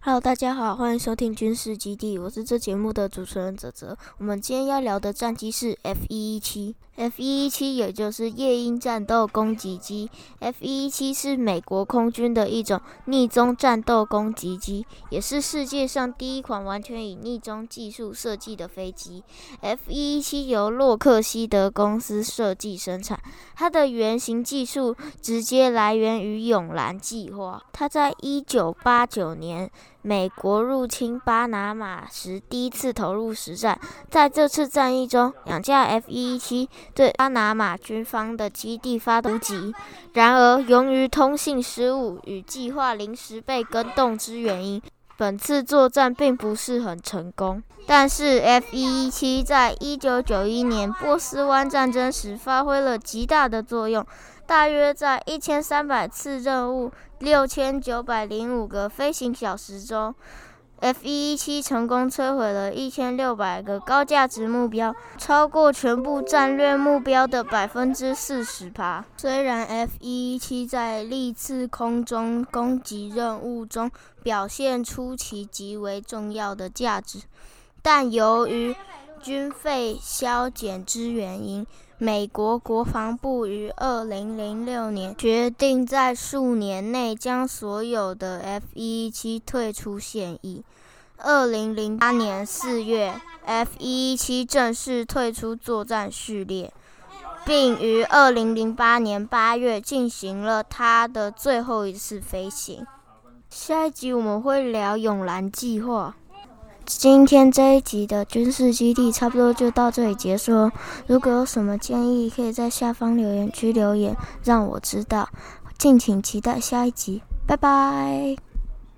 Hello， 大家好，欢迎收听军事基地，我是这节目的主持人泽泽。我们今天要聊的战机是 F-117，F-117 也就是夜鹰战斗攻击机。F-117 是美国空军的一种逆踪战斗攻击机，也是世界上第一款完全以逆踪技术设计的飞机。F-117 由洛克希德公司设计生产，它的原型技术直接来源于永兰计划。它在1989年美国入侵巴拿马时第一次投入实战，在这次战役中，2架 F-117 对巴拿马军方的基地发动突击。然而，由于通信失误与计划临时被更动之原因，本次作战并不是很成功。但是 F-117 在1991年波斯湾战争时发挥了极大的作用，大约在1300次任务、6905个飞行小时中， F-117 成功摧毁了1600个高价值目标，超过全部战略目标的 40%。 虽然 F-117 在历次空中攻击任务中表现出其极为重要的价值，但由于军费削减之原因，美国国防部于2006年决定在数年内将所有的 F-117 退出现役。2008年4月 ，F-117 正式退出作战序列，并于2008年8月进行了它的最后一次飞行。下一集我们会聊永兰计划。今天这一集的军事基地差不多就到这里结束了。如果有什么建议，可以在下方留言区留言，让我知道。敬请期待下一集，拜拜。